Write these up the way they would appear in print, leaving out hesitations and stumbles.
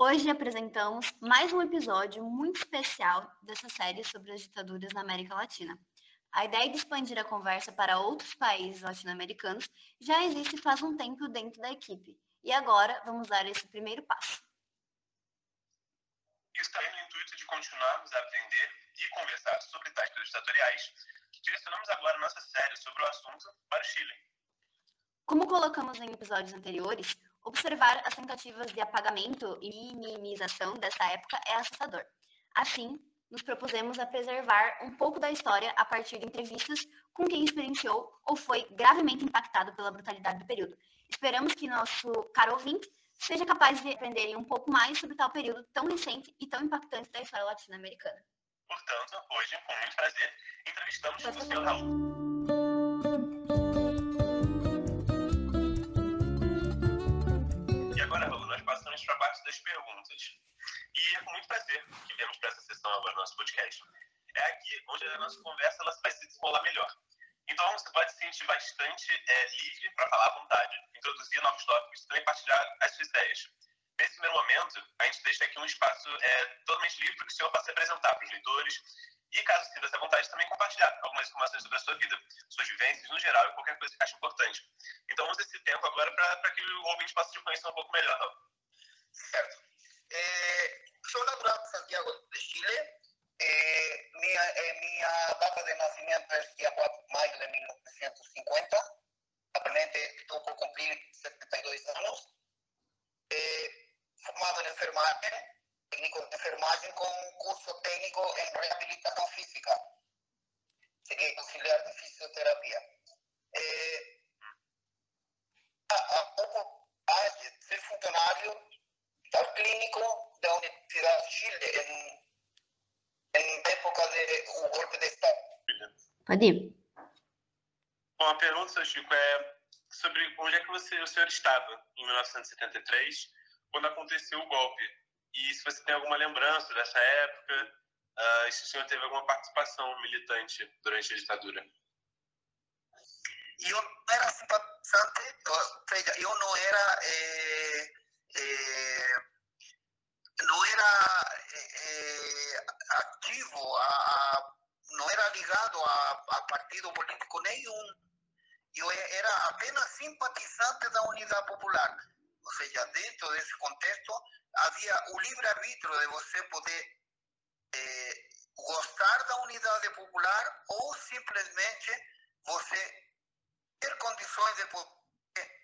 Hoje apresentamos mais um episódio muito especial dessa série sobre as ditaduras na América Latina. A ideia de expandir a conversa para outros países latino-americanos já existe faz um tempo dentro da equipe, e agora vamos dar esse primeiro passo. Isso também no intuito de continuarmos a aprender e conversar sobre táticas ditatoriais, direcionamos agora nossa série sobre o assunto para o Chile. Como colocamos em episódios anteriores, observar as tentativas de apagamento e minimização dessa época é assustador. Assim, nos propusemos a preservar um pouco da história a partir de entrevistas com quem experienciou ou foi gravemente impactado pela brutalidade do período. Esperamos que nosso caro ouvinte seja capaz de aprender um pouco mais sobre tal período tão recente e tão impactante da história latino-americana. Portanto, hoje, com muito prazer, entrevistamos o Sr. Raul. E agora, Raul, nós passamos para a parte das perguntas. E é com muito prazer que viemos para essa sessão agora do nosso podcast. É aqui onde a nossa conversa ela vai se desenrolar melhor. Então, você pode se sentir bastante livre para falar à vontade, introduzir novos tópicos e também partilhar as suas ideias. Nesse primeiro momento, a gente deixa aqui um espaço totalmente livre para que o senhor possa se apresentar para os leitores e, caso sinta essa vontade, também compartilhar algumas informações sobre a sua vida, suas vivências no geral e qualquer coisa que ache importante. Então, use esse tempo agora para que o ouvinte possa te conhecer um pouco melhor. Certo. Sou natural de Santiago de Chile. Minha data de nascimento é dia 4 de maio de 1950. Atualmente estou por cumprir 72 anos. Formado em enfermagem, técnico de enfermagem com curso técnico em reabilitação física. Seria auxiliar de fisioterapia. A oportunidade de ser funcionário clínico da Universidade de Chile em época do golpe de Estado. Pode ir. Bom, a pergunta, seu Chico, é sobre onde é que o senhor estava em 1973, quando aconteceu o golpe. E se você tem alguma lembrança dessa época, e se o senhor teve alguma participação militante durante a ditadura. Eu não era simpatizante, ou seja, eu não era ativo, não era ligado a partido político nenhum. Eu era apenas simpatizante da Unidade Popular. Ou seja, dentro desse contexto, havia o livre-arbítrio de você poder gostar da Unidade Popular ou simplesmente você ter condições de poder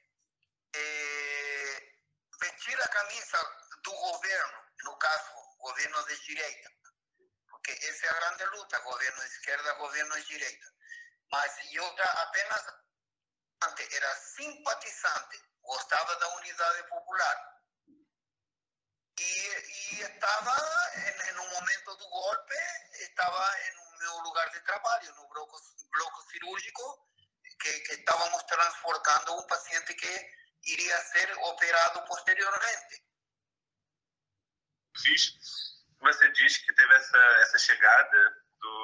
vestir a camisa do governo, no caso, governo de direita. Porque essa é a grande luta, governo de esquerda, governo de direita. Mas eu apenas era simpatizante, gostava da Unidade Popular. E estava, no momento do golpe, estava no meu lugar de trabalho, no bloco cirúrgico, que estávamos transportando um paciente que iria ser operado posteriormente. Você diz que teve essa chegada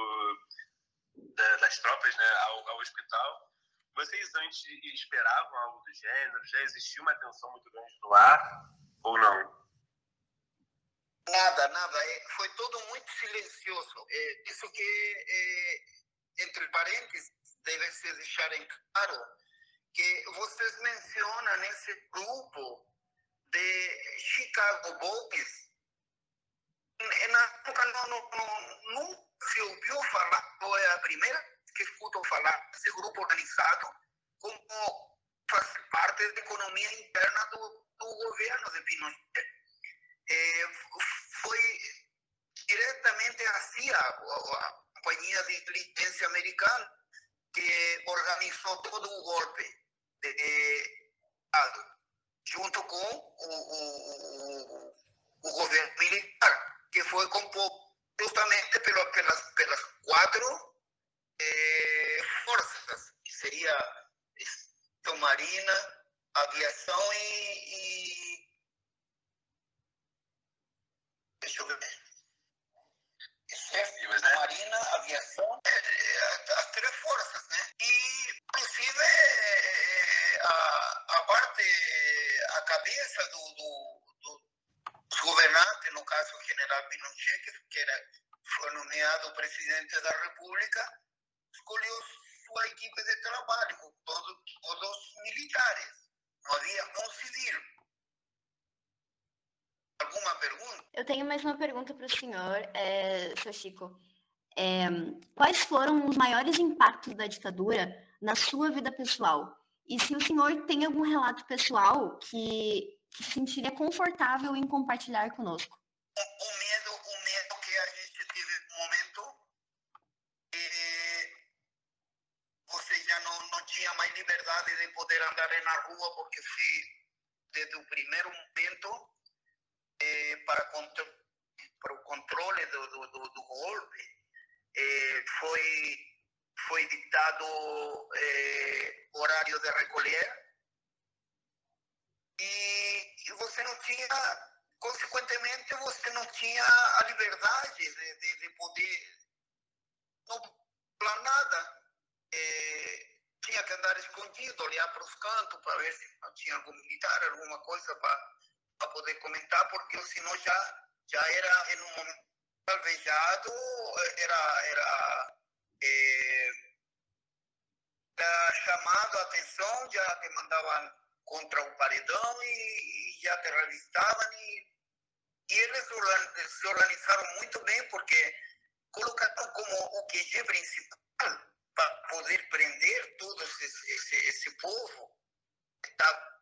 das tropas, né, ao hospital. Vocês antes esperavam algo do gênero? Já existia uma tensão muito grande no ar ou não? Nada. Foi tudo muito silencioso. Isso que, entre parênteses, deve se deixar em claro que vocês mencionam nesse grupo de Chicago Boys. Na época nunca se ouviu falar, ou é a primeira que escuto falar desse grupo organizado como faz parte da economia interna do governo de Pinochet. Foi diretamente a CIA, a Companhia de Inteligência Americana, que organizou todo o golpe de Estado, junto com o governo militar, que foi composto justamente pelas quatro forças, que seria Marinha, Aviação e deixa eu ver. Exército, Marinha, Aviação, as três forças, né? E, inclusive, a cabeça dos governantes general Pinochet, foi nomeado presidente da República, escolheu sua equipe de trabalho, com todos militares. Não havia um civil. Alguma pergunta? Eu tenho mais uma pergunta para o senhor, seu Chico. Quais foram os maiores impactos da ditadura na sua vida pessoal? E se o senhor tem algum relato pessoal que se sentiria confortável em compartilhar conosco? O medo que a gente teve no momento, você já não tinha mais liberdade de poder andar na rua, porque desde o primeiro momento, para o controle do golpe, foi ditado horário de recolher e você não tinha, consequentemente, você não tinha a liberdade de poder, não falar nada. Tinha que andar escondido, olhar para os cantos para ver se não tinha algum militar, alguma coisa para poder comentar, porque senão já era em um momento alvejado, era chamado a atenção, já te mandavam contra o paredão e já te revistavam e eles se organizaram muito bem, porque colocaram como o QG principal para poder prender todo esse povo que está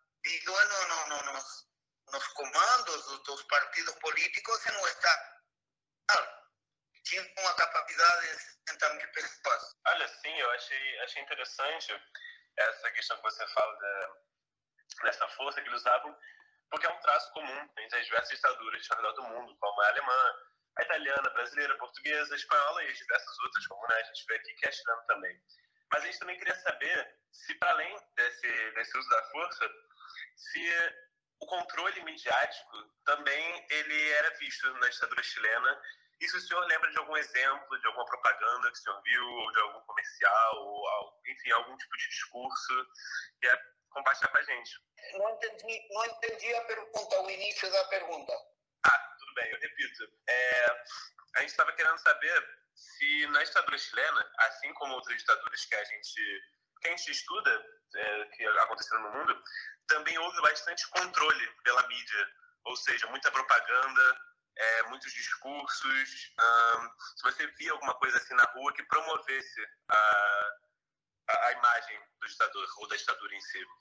nos comandos dos partidos políticos e no Estado. Tinha uma capacidade de 60 mil pessoas. Olha, sim, eu achei interessante essa questão que você fala dessa força que eles usavam, porque é um traço comum entre as diversas ditaduras ao redor do mundo, como a alemã, a italiana, a brasileira, a portuguesa, a espanhola e as diversas outras, como a gente vê aqui, que é a chilena também. Mas a gente também queria saber se, para além desse uso da força, se o controle midiático também ele era visto na ditadura chilena. E se o senhor lembra de algum exemplo, de alguma propaganda que o senhor viu, ou de algum comercial, ou enfim, algum tipo de discurso, que é compartilhar com a gente. Não entendi a pergunta, o início da pergunta. Tudo bem, eu repito. A gente estava querendo saber se na ditadura chilena, assim como outras ditaduras que a gente estuda, que aconteceram no mundo, também houve bastante controle pela mídia, ou seja, muita propaganda, muitos discursos. Se você via alguma coisa assim na rua que promovesse a imagem do ditador ou da ditadura em si.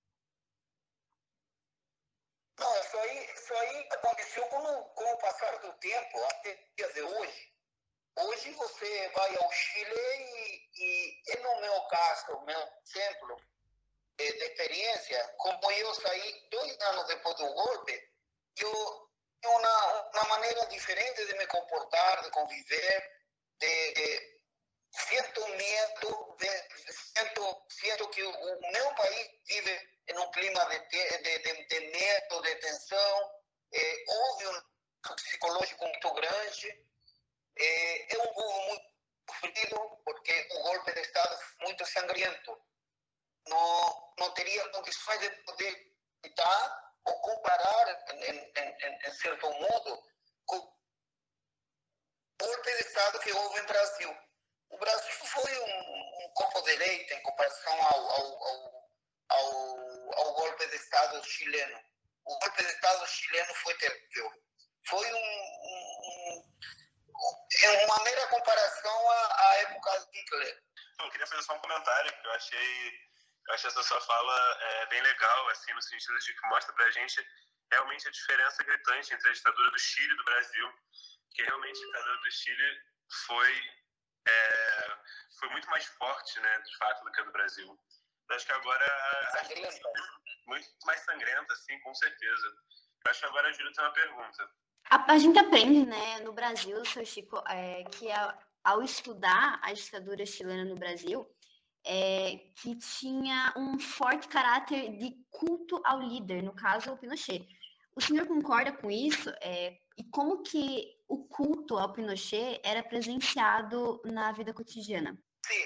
Não, isso aí aconteceu com o passar do tempo, até dias de hoje. Hoje você vai ao Chile e no meu caso, meu exemplo de experiência, como eu saí 2 anos depois do golpe, eu tenho uma maneira diferente de me comportar, de conviver, sinto medo, sinto que o meu país vive em um clima de medo, de tensão, houve um psicológico muito grande, é um povo muito sofrido, porque o golpe de Estado foi muito sangrento. Não teria condições de poder citar ou comparar, em certo modo, com o golpe de Estado que houve no Brasil. O Brasil foi um copo de leite em comparação ao golpe de Estado chileno. O golpe de Estado chileno foi terrível. Foi uma mera comparação à época de Hitler. Eu queria fazer só um comentário, que eu achei essa sua fala bem legal, assim, no sentido de que mostra pra gente realmente a diferença gritante entre a ditadura do Chile e do Brasil, que realmente a ditadura do Chile foi muito mais forte, né, de fato, do que a do Brasil. Eu acho que agora... Muito mais sangrenta, assim, com certeza. Eu acho que agora a Júlia tem uma pergunta. A gente aprende, né, no Brasil, seu Chico, que ao estudar a ditadura chilena no Brasil, que tinha um forte caráter de culto ao líder, no caso, o Pinochet. O senhor concorda com isso? E como que o culto ao Pinochet era presenciado na vida cotidiana? Sim,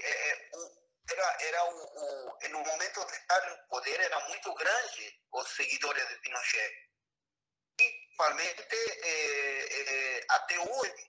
no momento de estar no poder, era muito grande os seguidores de Pinochet. E principalmente até hoje,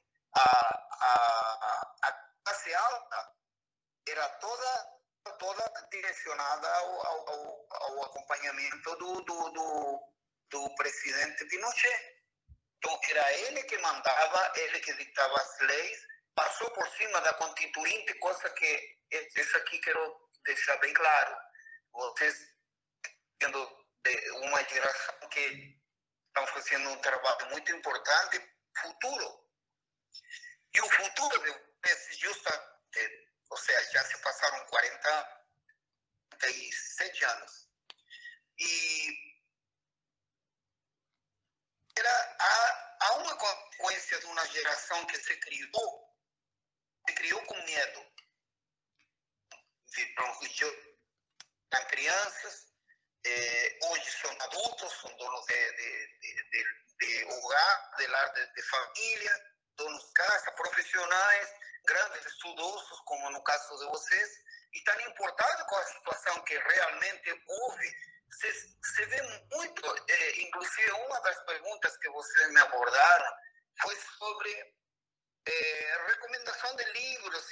a classe alta era toda direcionada ao acompanhamento do presidente Pinochet. Então, era ele que mandava, ele que ditava as leis, passou por cima da Constituinte, coisa que, isso aqui quero deixar bem claro. Vocês, tendo uma geração que estão fazendo um trabalho muito importante, futuro. E o futuro de justamente, ou seja, já se passaram 47 anos. E há uma consequência de uma geração que se criou com medo. Eram crianças, hoje são adultos, são donos de hogar, de lar de família, donos de casa, profissionais, grandes estudiosos, como no caso de vocês, e estão importados com a situação que realmente houve. Se vê muito, inclusive uma das perguntas que vocês me abordaram foi sobre recomendação de livros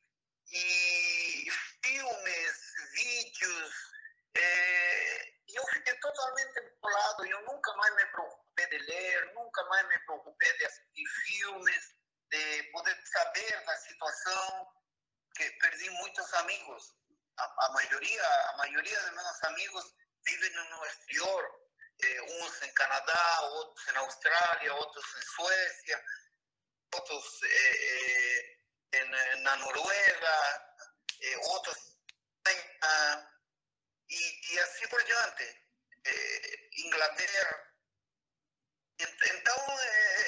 e filmes, vídeos. Eu fiquei totalmente empolado, eu nunca mais me preocupei de ler, nunca mais me preocupei de assistir filmes, de poder saber da situação, que perdi muitos amigos. A maioria dos meus amigos vivem no exterior, uns em Canadá, outros na Austrália, outros em Suécia, outros na Noruega, outros e assim por diante, Inglaterra. Então,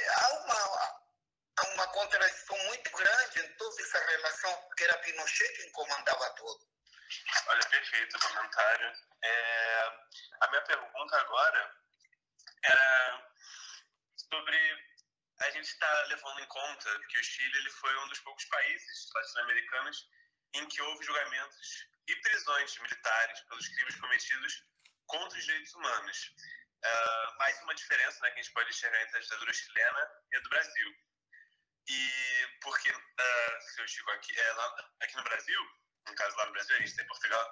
há uma contradição muito grande em toda essa relação, porque era Pinochet quem comandava tudo. Olha, perfeito o comentário. A minha pergunta agora era sobre... A gente está levando em conta que o Chile ele foi um dos poucos países latino-americanos em que houve julgamentos e prisões militares pelos crimes cometidos contra os direitos humanos. Mais uma diferença, né, que a gente pode enxergar entre a ditadura chilena e a do Brasil. E porque, se eu digo aqui no Brasil, no caso lá no Brasil, a gente está em Portugal,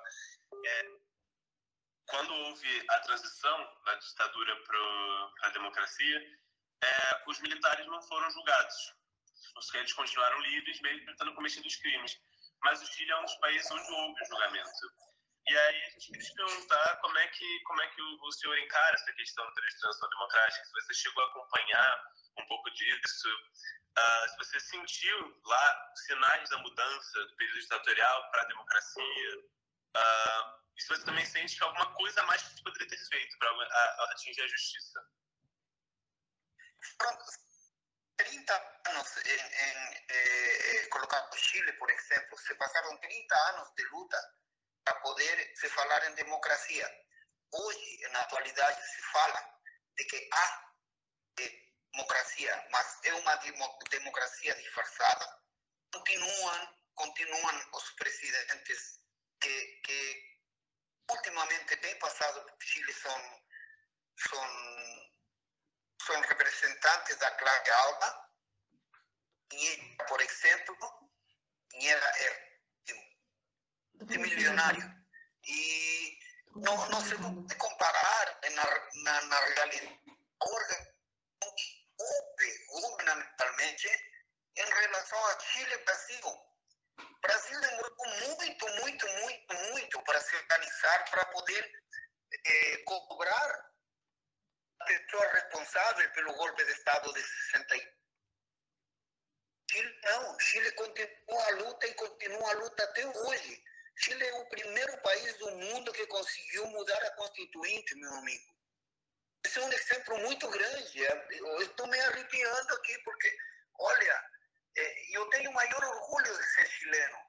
quando houve a transição da ditadura para a democracia, os militares não foram julgados. Eles continuaram livres, mesmo tendo cometido os crimes. Mas o Chile é um dos países onde houve o julgamento. E aí a gente queria te perguntar como é que o senhor encara essa questão da transição democrática, se você chegou a acompanhar um pouco disso, se você sentiu lá sinais da mudança do período ditatorial para a democracia, e se você também sente que alguma coisa a mais que você poderia ter feito para atingir a justiça. 30 anos colocando Chile, por exemplo, se passaram 30 anos de luta para poder se falar em democracia. Hoje, na atualidade, se fala de que há democracia, mas é uma democracia disfarçada. Continuam os presidentes que ultimamente bem passado por Chile são representantes da classe alta. E, por exemplo, era milionário. E não se pode comparar na realidade governamentalmente em relação a Chile e Brasil. O Brasil demorou muito para se organizar, para poder cobrar a pessoa responsável pelo golpe de Estado de 61. Chile não, Chile continua a luta e continua a luta até hoje. Chile é o primeiro país do mundo que conseguiu mudar a Constituinte, meu amigo. Esse é um exemplo muito grande. Eu estou me arrepiando aqui porque, olha, eu tenho o maior orgulho de ser chileno.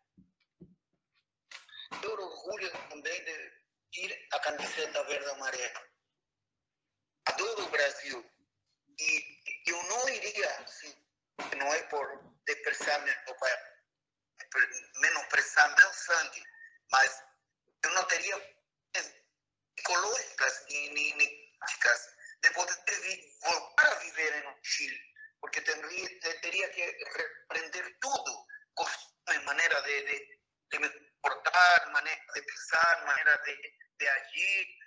Maior orgulho também de ir a camiseta verde e amarela. Adoro o Brasil. E eu não iria, não é por desprezar meu pai, menosprezar meu sangue, mas eu não teria psicológicas nem práticas de poder voltar a viver no Chile, porque teria que aprender tudo, costume, maneira de me comportar, maneira de pensar, maneira de agir.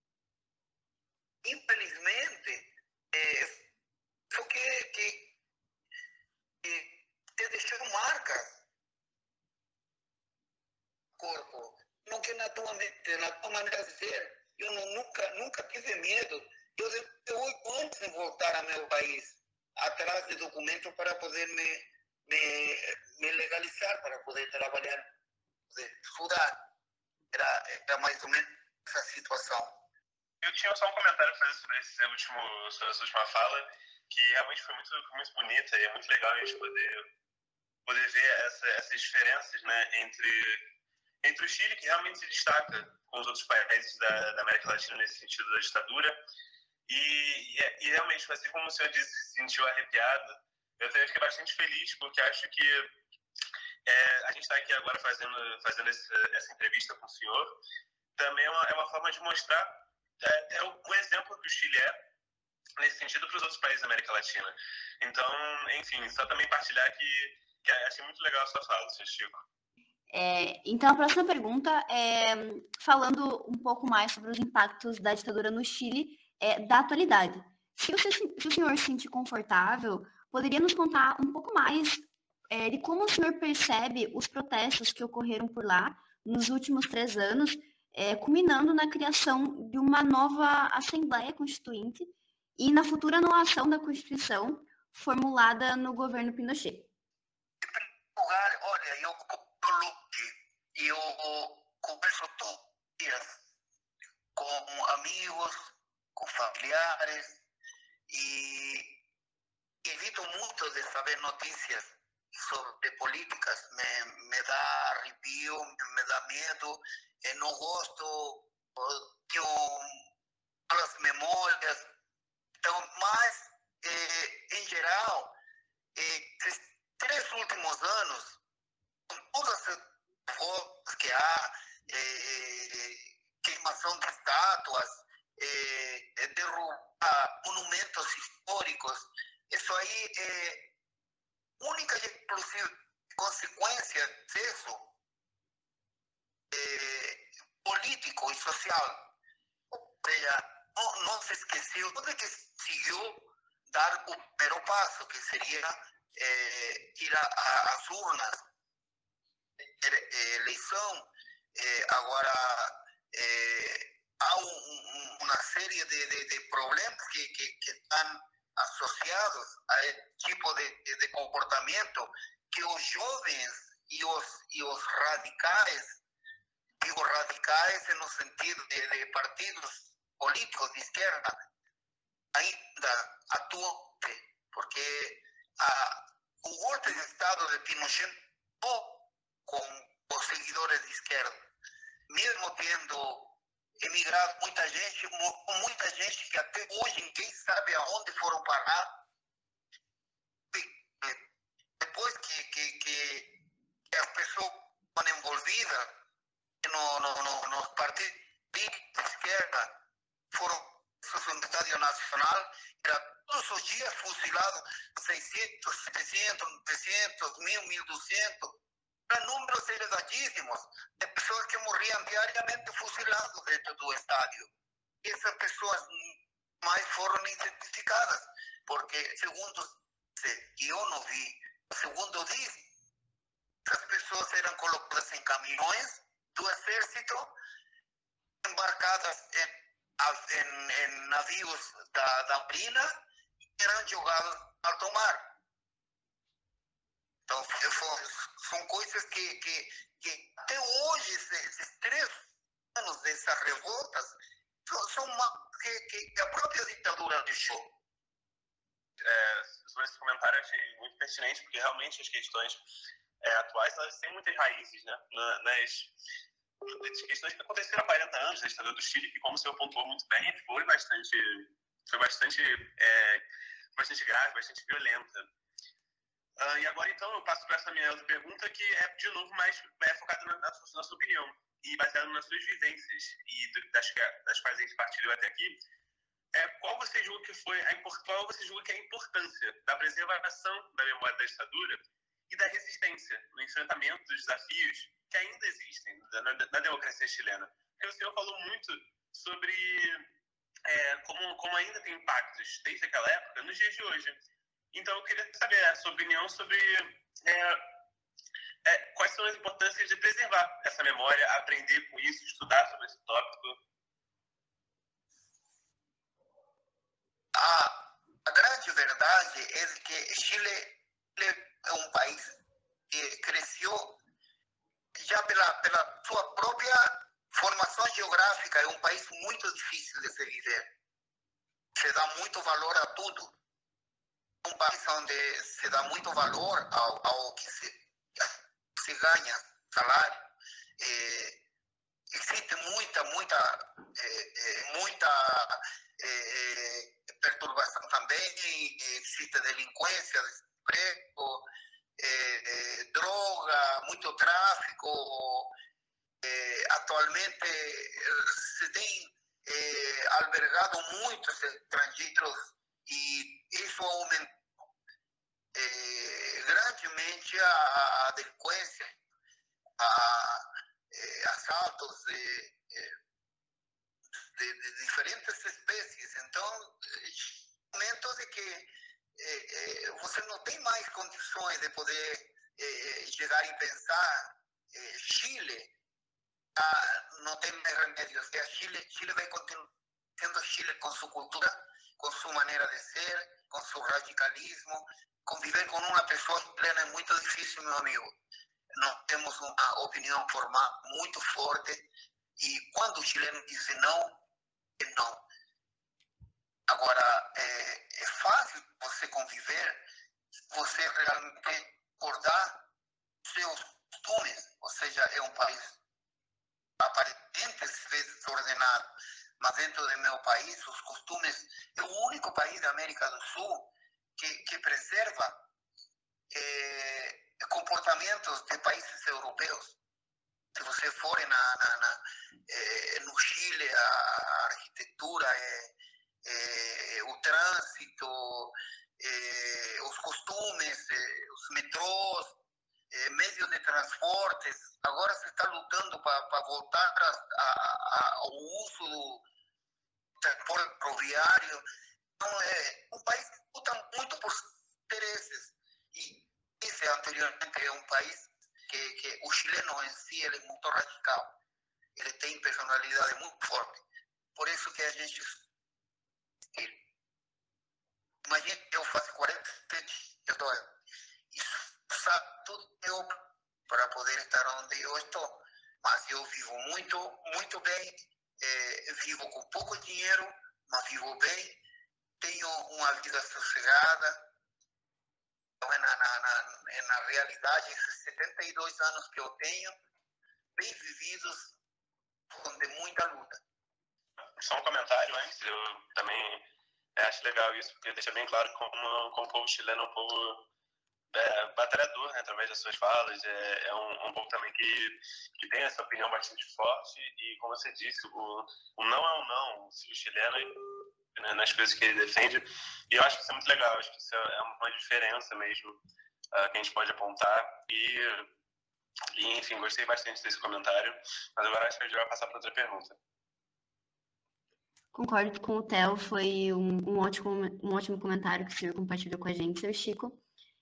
Infelizmente, isso que te deixou marcas no corpo, não que na tua mente, na tua maneira de ser. Eu nunca tive medo. Eu demorei 8 anos em voltar ao meu país, atrás de documentos para poder me legalizar, para poder trabalhar, poder estudar. Era mais ou menos essa situação. Eu tinha só um comentário para fazer sobre essa última fala, que realmente foi muito bonita, e é muito legal a gente poder ver essas diferenças, né, entre o Chile, que realmente se destaca com os outros países da América Latina nesse sentido da ditadura, e realmente, assim como o senhor disse, se sentiu arrepiado, eu também fiquei bastante feliz, porque acho que a gente está aqui agora fazendo essa entrevista com o senhor, também é uma forma de mostrar o exemplo que o Chile é nesse sentido para os outros países da América Latina. Então, enfim, só também partilhar que achei muito legal a sua fala, senhor Chico. Então, a próxima pergunta é falando um pouco mais sobre os impactos da ditadura no Chile da atualidade. Se o senhor se sentir confortável, poderia nos contar um pouco mais de como o senhor percebe os protestos que ocorreram por lá nos últimos 3 anos, culminando na criação de uma nova Assembleia Constituinte e na futura anulação da Constituição formulada no governo Pinochet. Em primeiro lugar, olha, eu converso todos os dias com amigos, com familiares e evito muito de saber notícias sobre políticas. Me dá arrepio, me dá medo, não gosto, tenho malas memórias. Então, mas, em geral, esses 3 últimos anos, com todas as revoltas que há, queimação de estátuas, derrubar monumentos históricos, isso aí é única e exclusiva consequência disso político e social. Ou seja, não se esqueceu de que seguiu dar o primeiro passo, que seria ir às urnas, eleição. Agora, há uma série de problemas que estão associados a esse tipo de comportamento que os jovens e os radicais, digo radicais no sentido de partidos políticos de esquerda, ainda atuam, porque o golpe de Estado de Pinochet com os seguidores de esquerda, mesmo tendo emigrado muita gente que até hoje ninguém sabe aonde foram parar, depois que as pessoas foram envolvidas nos partidos de esquerda, foram no Estádio Nacional, era todos os dias fuzilado 600, 700, 300, 1.000, 1.200, eram números elevadíssimos de pessoas que morriam diariamente fuziladas dentro do estádio. E essas pessoas mais foram identificadas, porque segundo e eu não vi, segundo diz, essas pessoas eram colocadas em caminhões do exército, embarcadas em navios da Marinha e eram jogados ao mar. Então, são coisas que até hoje, esses 3 anos dessas revoltas, são que a própria ditadura deixou. Sobre esse comentário, eu achei muito pertinente, porque realmente as questões atuais, elas têm muitas raízes, né, nas questões que aconteceram há 40 anos da ditadura do Chile, que, como o senhor pontuou muito bem, foi bastante grave, bastante violenta. E agora, então, eu passo para essa minha outra pergunta, que é, de novo, mais focada na sua opinião e baseada nas suas vivências e das quais a gente partilhou até aqui. qual você julga que foi qual você julga que é a importância da preservação da memória da ditadura e da resistência no enfrentamento dos desafios que ainda existem na democracia chilena? Porque o senhor falou muito sobre como ainda tem impactos desde aquela época nos dias de hoje. Então, eu queria saber a sua opinião sobre quais são as importâncias de preservar essa memória, aprender com isso, estudar sobre esse tópico. A grande verdade é que Chile é um país que cresceu já pela sua própria formação geográfica. É um país muito difícil de se viver. Se dá muito valor a tudo. É um país onde se dá muito valor ao que se ganha, salário. Existe muita perturbação também, existe delinquência, desemprego, droga, muito tráfico. Atualmente se tem albergado muitos estrangeiros e isso aumenta grandemente a delinquência, assaltos de diferentes espécies. Então, momentos de que você não tem mais condições de poder chegar e pensar Chile não tem mais remédio. Chile vai continuar sendo Chile com sua cultura, com sua maneira de ser, com seu radicalismo. Conviver com uma pessoa chilena é muito difícil, meu amigo. Nós temos uma opinião formal muito forte e quando o chileno diz não, é não. Agora, é fácil você conviver, você realmente acordar seus costumes, ou seja, é um país aparentemente às vezes desordenado, mas dentro do meu país, os costumes, é o único país da América do Sul que preserva comportamentos de países europeus. Se você for no Chile, a arquitetura, o trânsito, os costumes, os metrôs, meios de transportes, agora se está lutando para voltar ao uso do transporte ferroviário. Então, é um país que luta muito por interesses. E esse anteriormente é um país que o chileno em si ele é muito radical. Ele tem personalidade muito forte. Por isso que a gente... Imagina, eu faço 47 anos. Isso sabe tudo eu para poder estar onde eu estou. Mas eu vivo muito bem, vivo com pouco dinheiro, mas vivo bem, tenho uma vida sossegada. Então, na realidade, esses 72 anos que eu tenho, bem vividos, de muita luta. Só um comentário antes, eu também acho legal isso, porque deixa bem claro como o povo chileno é um povo batalhador, né, através das suas falas, é um povo também que tem essa opinião bastante forte e, como você disse, o não é um não, o chileno, né, nas coisas que ele defende, e eu acho que isso é muito legal, acho que isso é uma diferença mesmo que a gente pode apontar e, enfim, gostei bastante desse comentário, mas agora acho que a gente vai passar para outra pergunta. Concordo com o Theo, foi um ótimo comentário que o senhor compartilhou com a gente, seu Chico.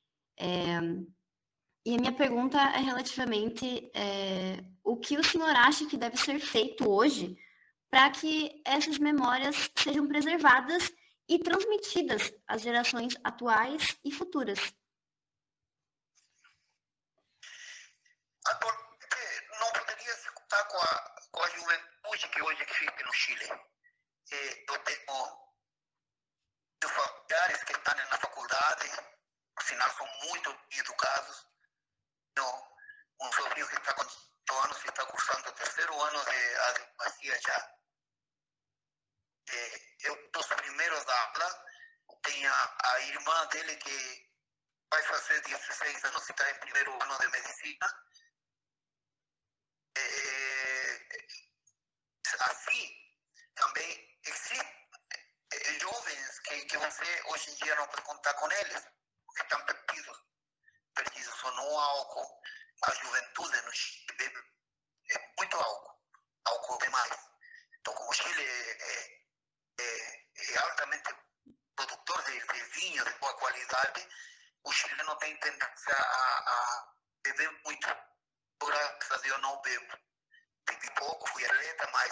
E a minha pergunta é relativamente o que o senhor acha que deve ser feito hoje para que essas memórias sejam preservadas e transmitidas às gerações atuais e futuras. Atualmente não poderia se contar com a juventude que hoje vive no Chile. Eu tenho familiares que estão na faculdade, por sinal são muito educados. Tenho um sobrinho que está com 18 anos e está cursando o terceiro ano de advocacia já. Eu dos primeiros da aula, tenho a irmã dele que vai fazer 16 anos e está em primeiro ano de medicina. Assim, também existe jovens que você hoje em dia não pode contar com eles, porque estão perdidos ou no álcool. A juventude no Chile bebe muito álcool demais. Então, como o Chile é altamente produtor de vinho de boa qualidade, o Chile não tem tendência a beber muito. Graças a Deus não bebo. Bebi pouco, fui atleta, mas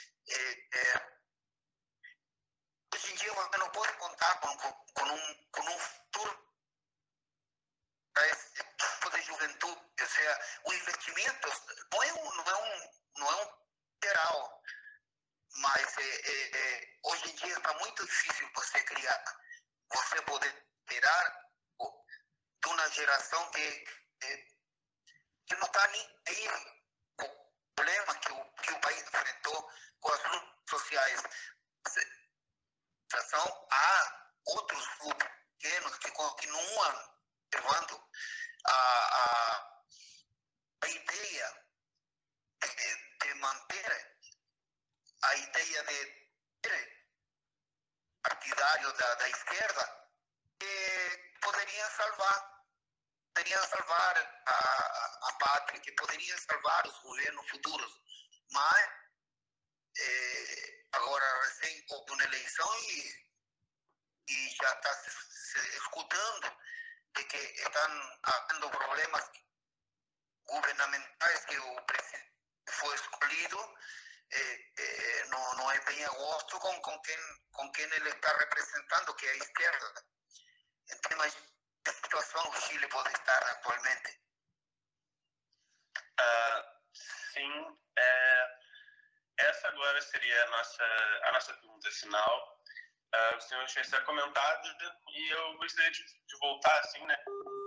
hoje em dia você não pode contar com um futuro para esse tipo de juventude. Ou seja, o investimento não é um geral, mas hoje em dia está muito difícil você poder tirar de uma geração que não está nem aí com o problema que o país enfrentou com as lutas sociais. Há outros grupos pequenos que continuam levando a ideia de manter a ideia de ser partidário da esquerda, poderiam salvar a pátria, que poderiam salvar os governos futuros. Mas agora recém houve uma eleição e já está se escutando de que estão havendo problemas governamentais, que o presidente foi escolhido não é bem a gosto com quem ele está representando, que é a esquerda. Então, mas a situação o Chile pode estar atualmente? Sim. Essa agora seria a nossa pergunta final. O senhor tinha comentado e eu gostaria de voltar assim, né?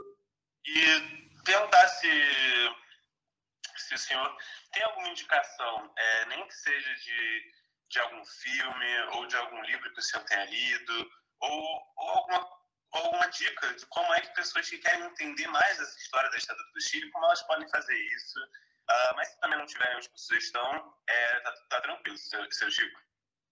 E perguntar se o senhor tem alguma indicação, nem que seja de algum filme ou de algum livro que o senhor tenha lido, ou alguma dica de como é que pessoas que querem entender mais essa história da ditadura do Chile, como elas podem fazer isso. Mas se também não tiverem uma sugestão, tá tranquilo, seu Chico.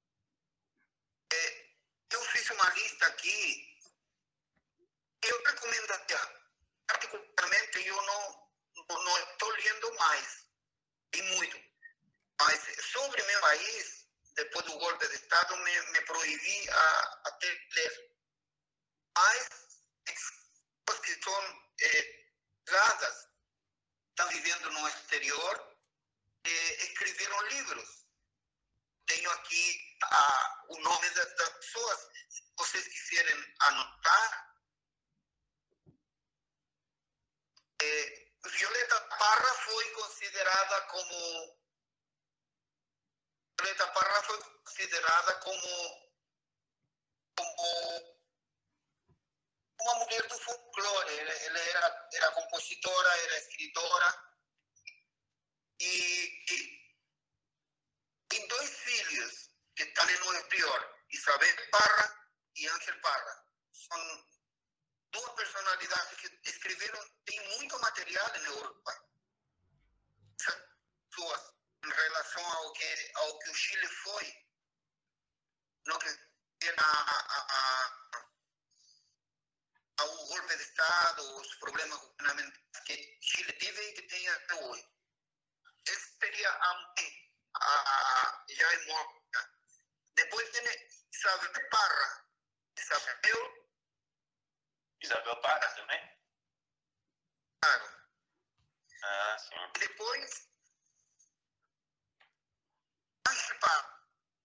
Eu fiz uma lista aqui. Eu recomendaria, particularmente, eu não estou lendo mais, e muito. Mas sobre meu país, depois do golpe de Estado, me proibi a ler. Mas pessoas que são ligadas, estão vivendo no exterior, escreveram livros. Tenho aqui o nome das pessoas. Se vocês quiserem anotar, Violeta Parra foi considerada como uma mulher do folclore. Ela era compositora, era escritora e tem dois filhos que estão no exterior, Isabel Parra e Ángel Parra. São duas personalidades que escreveram, tem muito material na Europa. Suas, em relação ao que o Chile foi, no que ao golpe de Estado, os problemas governamentais que Chile teve e que tem até hoje. Essa seria a mãe, já é morta. Depois tem Isabel Parra. Isabel Parra também? Claro. Sim. E depois, Ángel Parra.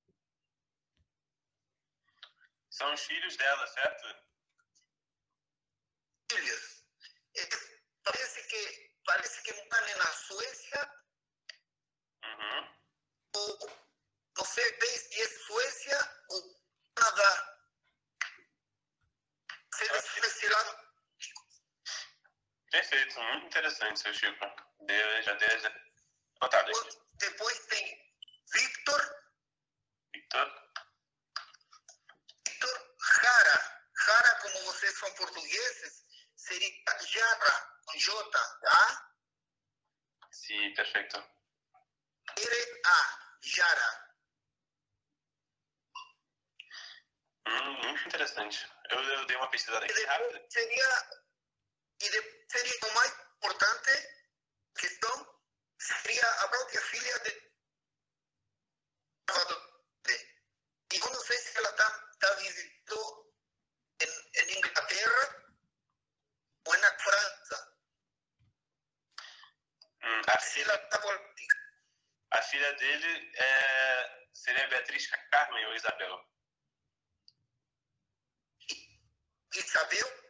São os filhos dela, certo? Filhos. Parece que moram na Suécia. Uhum. Ou, não sei bem se é Suécia ou Canadá. Esse lado. Perfeito, muito interessante, seu Chico. Já anotado aqui. Depois tem Victor Jara. Jara, como vocês são portugueses, seria Jara, com J, tá? Sim, perfeito. R-A, Jara. Muito interessante. Eu dei uma pesquisada aqui rápida. Seria o mais importante questão seria a própria filha de Salvador. E eu não sei se ela está vivendo em Inglaterra ou na França. A filha dele seria Beatriz Carmen ou Isabel? Isabel?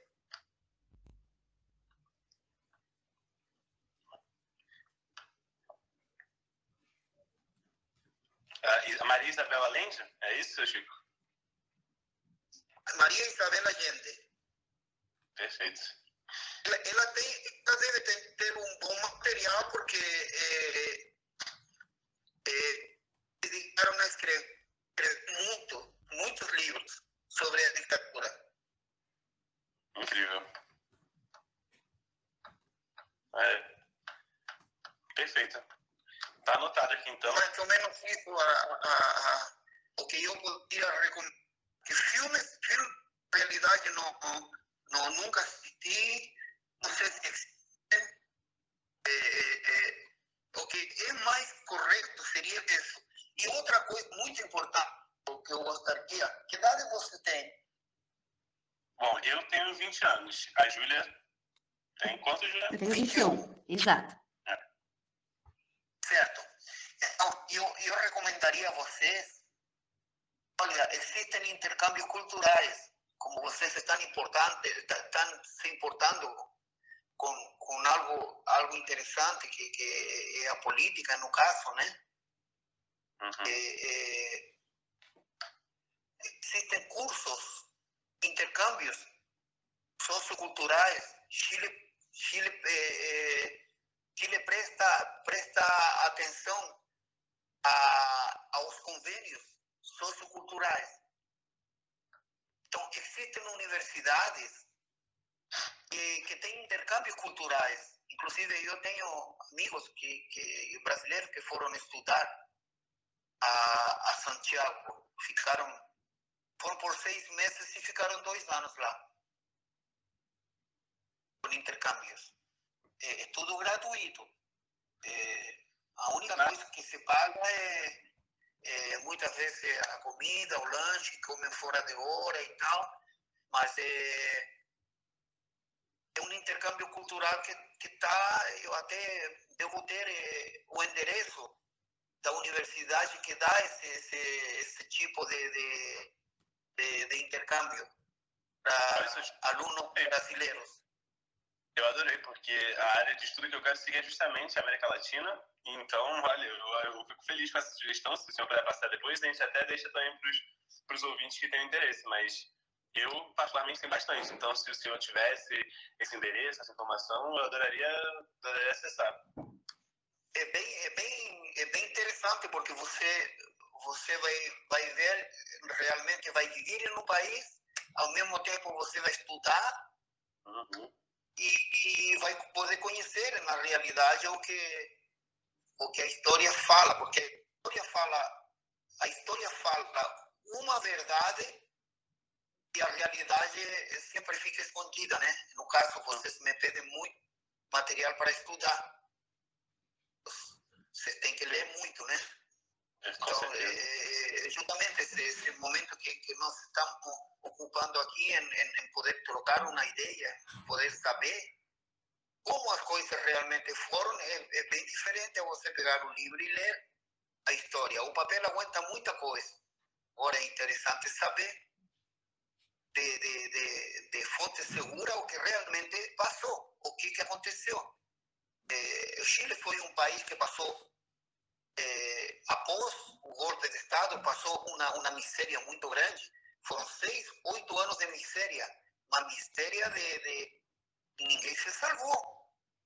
A Maria Isabel Allende? É isso, seu Chico? Maria Isabel Allende. Perfeito. Ela deve ter um bom material porque dedicaram a escrever muitos livros sobre a ditadura. Incrível. Perfeito. Tá anotado aqui, então. Mais ou menos isso o que eu poderia recomendar. Que filmes, na realidade, nunca assisti, não sei se existem. O que é mais correto seria isso. E outra coisa muito importante, que eu gostaria, que idade você tem? Bom, eu tenho 20 anos. A Júlia tem quanto, Júlia? Eu tenho 21, exato. Certo. Então, eu recomendaria a vocês, olha, existem intercâmbios culturais, como vocês estão se importando com algo interessante, que é a política, no caso, né? Existem cursos, intercâmbios socioculturais. Chile presta atenção aos convênios socioculturais. Então, existem universidades que têm intercâmbios culturais. Inclusive, eu tenho amigos brasileiros que foram estudar a Santiago. Foram por 6 meses e ficaram 2 anos lá, com intercâmbios. É tudo gratuito. A única coisa que se paga muitas vezes a comida, o lanche, comem fora de hora e tal, mas é um intercâmbio cultural que está, eu até devo ter o endereço da universidade que dá esse tipo de intercâmbio para alunos brasileiros. Eu adorei, porque a área de estudo que eu quero seguir é justamente a América Latina. Então, olha, eu fico feliz com essa sugestão. Se o senhor puder passar depois, a gente até deixa também para os ouvintes que têm interesse. Mas eu, particularmente, tenho bastante. Então, se o senhor tivesse esse endereço, essa informação, eu adoraria acessar. É bem interessante, porque você vai ver, realmente vai viver no país, ao mesmo tempo você vai estudar. E vai poder conhecer na realidade o que a história fala, porque a história fala uma verdade e a realidade sempre fica escondida, né? No caso, vocês me pedem muito material para estudar. Vocês têm que ler muito, né? Então, justamente esse momento que nós estamos ocupando aqui em poder trocar uma ideia, poder saber como as coisas realmente foram, é bem diferente a você pegar um livro e ler a história. O papel aguenta muita coisa. Agora é interessante saber de fonte segura o que realmente passou, o que aconteceu. O Chile foi um país que passou, após o golpe de Estado, passou uma miséria muito grande. Foram 6, 8 anos de miséria. Uma miséria de ninguém se salvou.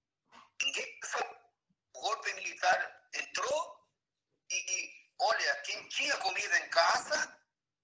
O golpe militar entrou e, olha, quem tinha comida em casa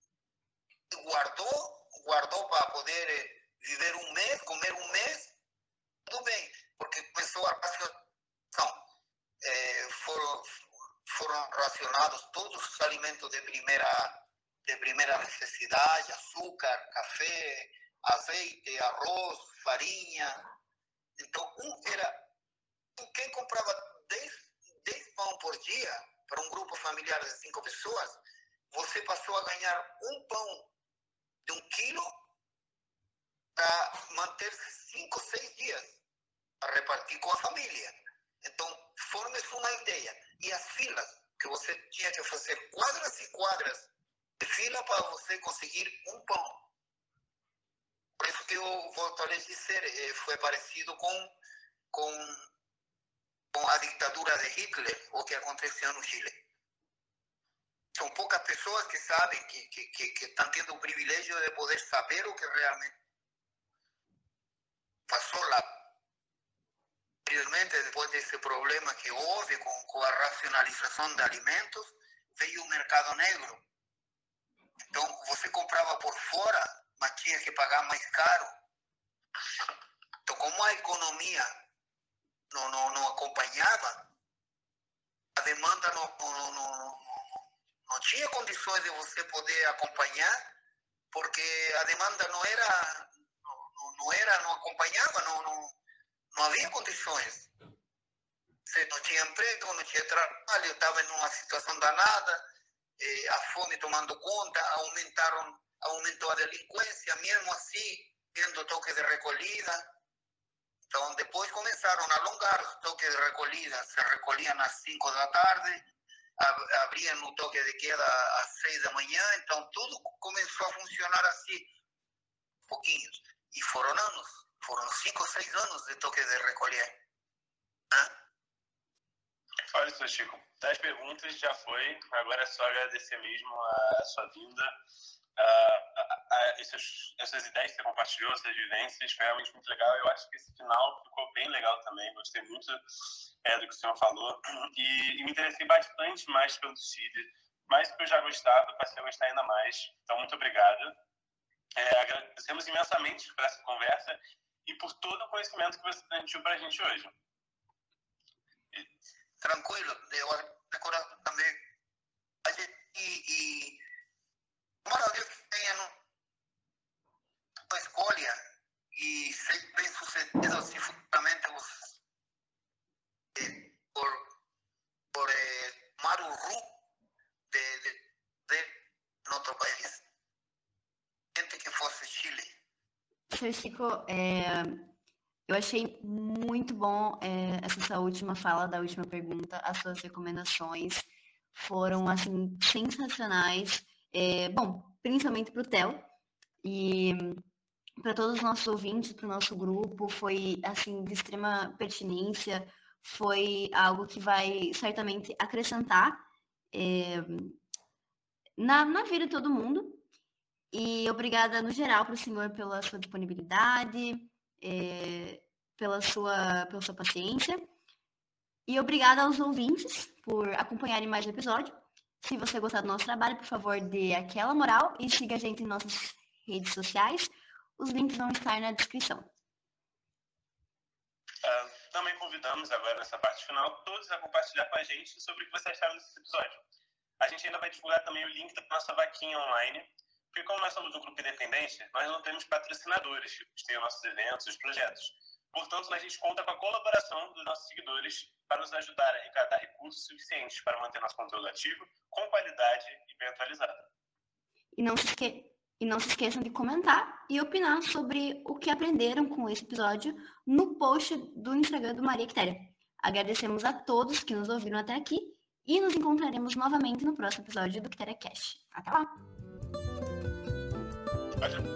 guardou para poder viver um mês, comer um mês, tudo bem, porque começou a racionação. Foram racionados todos os alimentos de primeira de primeira necessidade, açúcar, café, azeite, arroz, farinha. Então, quem comprava 10 pão por dia para um grupo familiar de 5 pessoas, você passou a ganhar um pão de 1 quilo para manter 5, 6 dias, a repartir com a família. Então, forme-se uma ideia. E as filas, que você tinha que fazer quadras e quadras de fila para você conseguir um pão. Por isso que eu volto a lhes dizer, foi parecido com a ditadura de Hitler, o que aconteceu no Chile. São poucas pessoas que sabem, que estão tendo o privilégio de poder saber o que realmente passou lá. Anteriormente, depois desse problema que houve com a racionalização de alimentos, veio o mercado negro. Então, você comprava por fora, mas tinha que pagar mais caro. Então, como a economia não acompanhava, a demanda não tinha condições de você poder acompanhar, porque a demanda não acompanhava, não havia condições. Você não tinha emprego, não tinha trabalho, estava em uma situação danada, a fome tomando conta, aumentou a delinquência, mesmo assim, tendo toque de recolhida. Então, depois começaram a alongar os toques de recolhida, se recolhiam às 5 da tarde, abriam o toque de queda às 6 da manhã, então tudo começou a funcionar assim, pouquinhos. E foram anos, foram 5 ou 6 anos de toque de recolher. Olha só, Chico, 10 perguntas já foi, agora é só agradecer mesmo a sua vinda, essas ideias que você compartilhou, essas vivências, foi realmente muito legal. Eu acho que esse final ficou bem legal também, gostei muito do que o senhor falou, e me interessei bastante mais pelo Chile, mais do que eu já gostava, passei a gostar ainda mais. Então, muito obrigado. Agradecemos imensamente por essa conversa e por todo o conhecimento que você transmitiu para a gente hoje. Tranquilo, eu agora também. E tomara Deus que tenha uma escolha e seja bem sucedido se futuramente por tomar o rumo de outro país. Gente que fosse Chile. Sr. Chico, eu achei muito bom essa sua última fala da última pergunta. As suas recomendações foram, assim, sensacionais. Bom, principalmente para o Theo e para todos os nossos ouvintes, para o nosso grupo, foi, assim, de extrema pertinência. Foi algo que vai certamente acrescentar na vida de todo mundo. E obrigada, no geral, para o senhor pela sua disponibilidade, pela sua paciência. E obrigada aos ouvintes por acompanharem mais um episódio. Se você gostar do nosso trabalho, por favor, dê aquela moral e siga a gente em nossas redes sociais. Os links vão estar na descrição. Também convidamos agora, nessa parte final, todos a compartilhar com a gente sobre o que vocês acharam desse episódio. A gente ainda vai divulgar também o link da nossa vaquinha online, porque como nós somos um grupo independente, nós não temos patrocinadores que têm os nossos eventos, os projetos. Portanto, a gente conta com a colaboração dos nossos seguidores para nos ajudar a arrecadar recursos suficientes para manter nosso conteúdo ativo, com qualidade e bem atualizado. E não se esqueçam de comentar e opinar sobre o que aprenderam com esse episódio no post do Instagram do Maria Quitéria. Agradecemos a todos que nos ouviram até aqui e nos encontraremos novamente no próximo episódio do Quitéria Cash. Até lá!